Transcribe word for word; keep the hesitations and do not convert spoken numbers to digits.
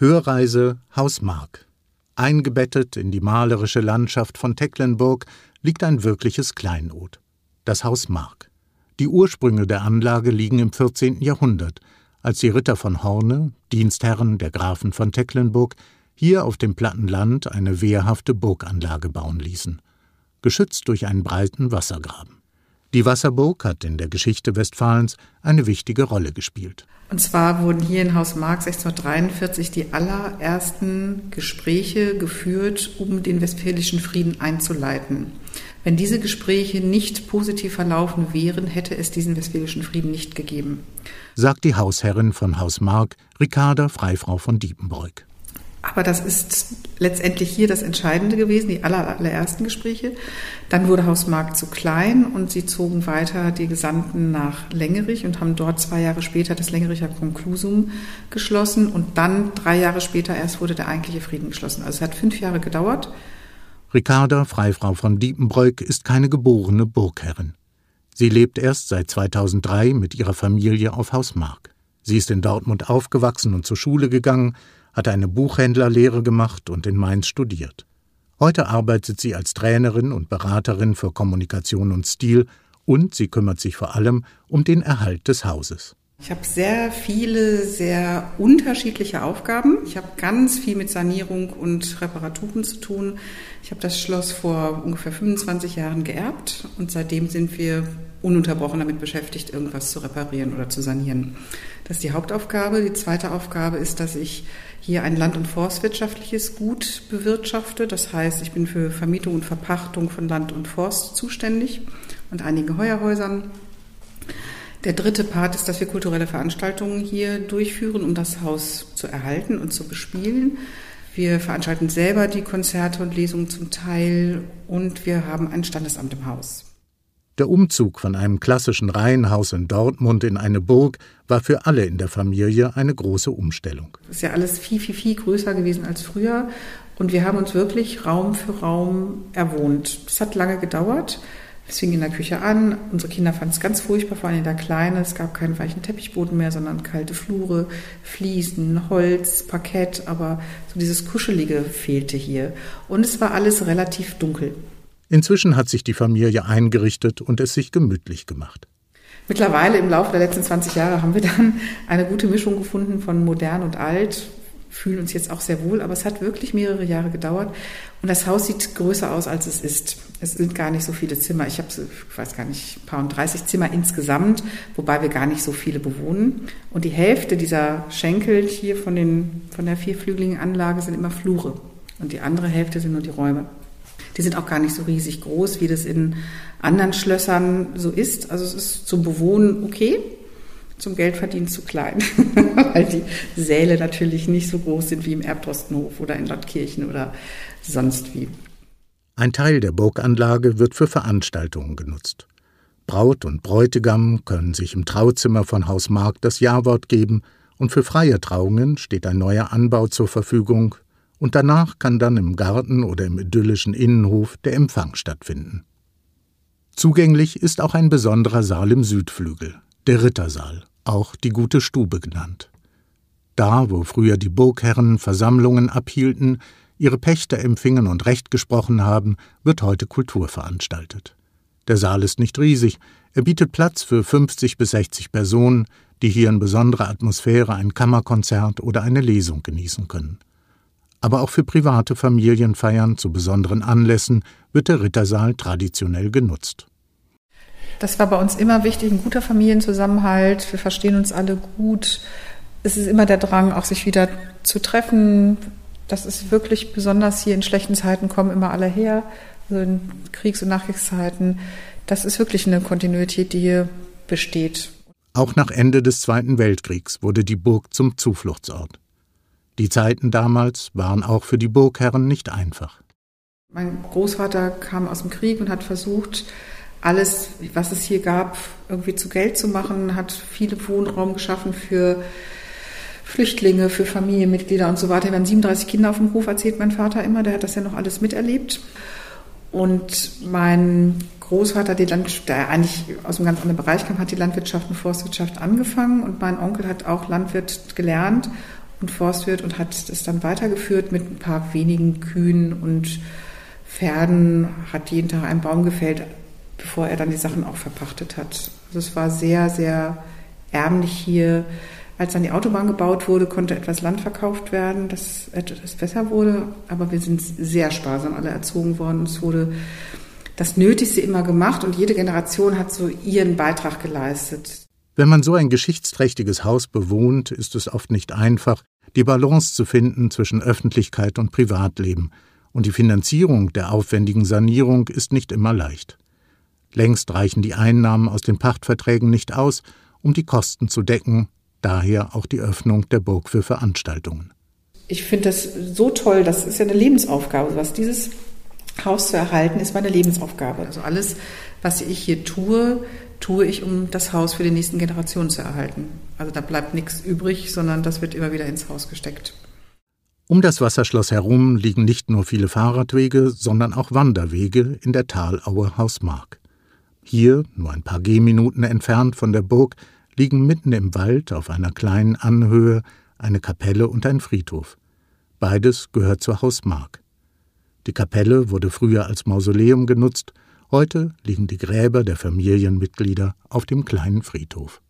Hörreise Haus Mark. Eingebettet in die malerische Landschaft von Tecklenburg liegt ein wirkliches Kleinod, das Haus Mark. Die Ursprünge der Anlage liegen im vierzehnten Jahrhundert, als die Ritter von Horne, Dienstherren der Grafen von Tecklenburg, hier auf dem platten Land eine wehrhafte Burganlage bauen ließen, geschützt durch einen breiten Wassergraben. Die Wasserburg hat in der Geschichte Westfalens eine wichtige Rolle gespielt. Und zwar wurden hier in Haus Mark sechzehnhundertdreiundvierzig die allerersten Gespräche geführt, um den Westfälischen Frieden einzuleiten. Wenn diese Gespräche nicht positiv verlaufen wären, hätte es diesen Westfälischen Frieden nicht gegeben, sagt die Hausherrin von Haus Mark, Ricarda Freifrau von Diepenbroek. Aber das ist letztendlich hier das Entscheidende gewesen, die aller, allerersten Gespräche. Dann wurde Haus Mark zu klein und sie zogen weiter die Gesandten nach Lengerich und haben dort zwei Jahre später das Lengericher Konklusum geschlossen. Und dann drei Jahre später erst wurde der eigentliche Frieden geschlossen. Also es hat fünf Jahre gedauert. Ricarda Freifrau von Diepenbroek ist keine geborene Burgherrin. Sie lebt erst seit zweitausenddrei mit ihrer Familie auf Haus Mark. Sie ist in Dortmund aufgewachsen und zur Schule gegangen, hat eine Buchhändlerlehre gemacht und in Mainz studiert. Heute arbeitet sie als Trainerin und Beraterin für Kommunikation und Stil und sie kümmert sich vor allem um den Erhalt des Hauses. Ich habe sehr viele, sehr unterschiedliche Aufgaben. Ich habe ganz viel mit Sanierung und Reparaturen zu tun. Ich habe das Schloss vor ungefähr fünfundzwanzig Jahren geerbt und seitdem sind wir ununterbrochen damit beschäftigt, irgendwas zu reparieren oder zu sanieren. Das ist die Hauptaufgabe. Die zweite Aufgabe ist, dass ich hier ein land- und forstwirtschaftliches Gut bewirtschafte. Das heißt, ich bin für Vermietung und Verpachtung von Land und Forst zuständig und einigen Heuerhäusern. Der dritte Part ist, dass wir kulturelle Veranstaltungen hier durchführen, um das Haus zu erhalten und zu bespielen. Wir veranstalten selber die Konzerte und Lesungen zum Teil und wir haben ein Standesamt im Haus. Der Umzug von einem klassischen Reihenhaus in Dortmund in eine Burg war für alle in der Familie eine große Umstellung. Das ist ja alles viel, viel, viel größer gewesen als früher und wir haben uns wirklich Raum für Raum erwohnt. Es hat lange gedauert. Es fing in der Küche an. Unsere Kinder fanden es ganz furchtbar, vor allem der Kleine. Es gab keinen weichen Teppichboden mehr, sondern kalte Flure, Fliesen, Holz, Parkett. Aber so dieses Kuschelige fehlte hier. Und es war alles relativ dunkel. Inzwischen hat sich die Familie eingerichtet und es sich gemütlich gemacht. Mittlerweile im Laufe der letzten zwanzig Jahre haben wir dann eine gute Mischung gefunden von modern und alt. Fühlen uns jetzt auch sehr wohl, aber es hat wirklich mehrere Jahre gedauert. Und das Haus sieht größer aus, als es ist. Es sind gar nicht so viele Zimmer. Ich habe, ich weiß gar nicht, ein paar und dreißig Zimmer insgesamt, wobei wir gar nicht so viele bewohnen. Und die Hälfte dieser Schenkel hier von, den, von der vierflügeligen Anlage sind immer Flure. Und die andere Hälfte sind nur die Räume. Die sind auch gar nicht so riesig groß, wie das in anderen Schlössern so ist. Also es ist zum Bewohnen okay, zum Geldverdienen zu klein, weil die Säle natürlich nicht so groß sind wie im Erbdrostenhof oder in Lottkirchen oder sonst wie. Ein Teil der Burganlage wird für Veranstaltungen genutzt. Braut und Bräutigam können sich im Trauzimmer von Haus Mark das Ja-Wort geben und für freie Trauungen steht ein neuer Anbau zur Verfügung und danach kann dann im Garten oder im idyllischen Innenhof der Empfang stattfinden. Zugänglich ist auch ein besonderer Saal im Südflügel, der Rittersaal, auch die Gute Stube genannt. Da, wo früher die Burgherren Versammlungen abhielten, ihre Pächter empfingen und Recht gesprochen haben, wird heute Kultur veranstaltet. Der Saal ist nicht riesig, er bietet Platz für fünfzig bis sechzig Personen, die hier in besonderer Atmosphäre ein Kammerkonzert oder eine Lesung genießen können. Aber auch für private Familienfeiern zu besonderen Anlässen wird der Rittersaal traditionell genutzt. Das war bei uns immer wichtig, ein guter Familienzusammenhalt. Wir verstehen uns alle gut. Es ist immer der Drang, auch sich wieder zu treffen. Das ist wirklich besonders hier in schlechten Zeiten kommen immer alle her, also in Kriegs- und Nachkriegszeiten. Das ist wirklich eine Kontinuität, die hier besteht. Auch nach Ende des Zweiten Weltkriegs wurde die Burg zum Zufluchtsort. Die Zeiten damals waren auch für die Burgherren nicht einfach. Mein Großvater kam aus dem Krieg und hat versucht, alles, was es hier gab, irgendwie zu Geld zu machen, hat viele Wohnraum geschaffen für Flüchtlinge, für Familienmitglieder und so weiter. Wir haben siebenunddreißig Kinder auf dem Hof, erzählt mein Vater immer, der hat das ja noch alles miterlebt. Und mein Großvater, die Land, der eigentlich aus einem ganz anderen Bereich kam, hat die Landwirtschaft und Forstwirtschaft angefangen und mein Onkel hat auch Landwirt gelernt und Forstwirt und hat es dann weitergeführt mit ein paar wenigen Kühen und Pferden, hat jeden Tag einen Baum gefällt, bevor er dann die Sachen auch verpachtet hat. Also es war sehr, sehr ärmlich hier. Als dann die Autobahn gebaut wurde, konnte etwas Land verkauft werden, dass etwas besser wurde. Aber wir sind sehr sparsam alle erzogen worden. Es wurde das Nötigste immer gemacht und jede Generation hat so ihren Beitrag geleistet. Wenn man so ein geschichtsträchtiges Haus bewohnt, ist es oft nicht einfach, die Balance zu finden zwischen Öffentlichkeit und Privatleben. Und die Finanzierung der aufwendigen Sanierung ist nicht immer leicht. Längst reichen die Einnahmen aus den Pachtverträgen nicht aus, um die Kosten zu decken, daher auch die Öffnung der Burg für Veranstaltungen. Ich finde das so toll, das ist ja eine Lebensaufgabe. Was dieses Haus zu erhalten, ist meine Lebensaufgabe. Also alles, was ich hier tue, tue ich, um das Haus für die nächsten Generationen zu erhalten. Also da bleibt nichts übrig, sondern das wird immer wieder ins Haus gesteckt. Um das Wasserschloss herum liegen nicht nur viele Fahrradwege, sondern auch Wanderwege in der Talaue Hausmark. Hier, nur ein paar Gehminuten entfernt von der Burg, liegen mitten im Wald auf einer kleinen Anhöhe eine Kapelle und ein Friedhof. Beides gehört zur Hausmark. Die Kapelle wurde früher als Mausoleum genutzt, heute liegen die Gräber der Familienmitglieder auf dem kleinen Friedhof.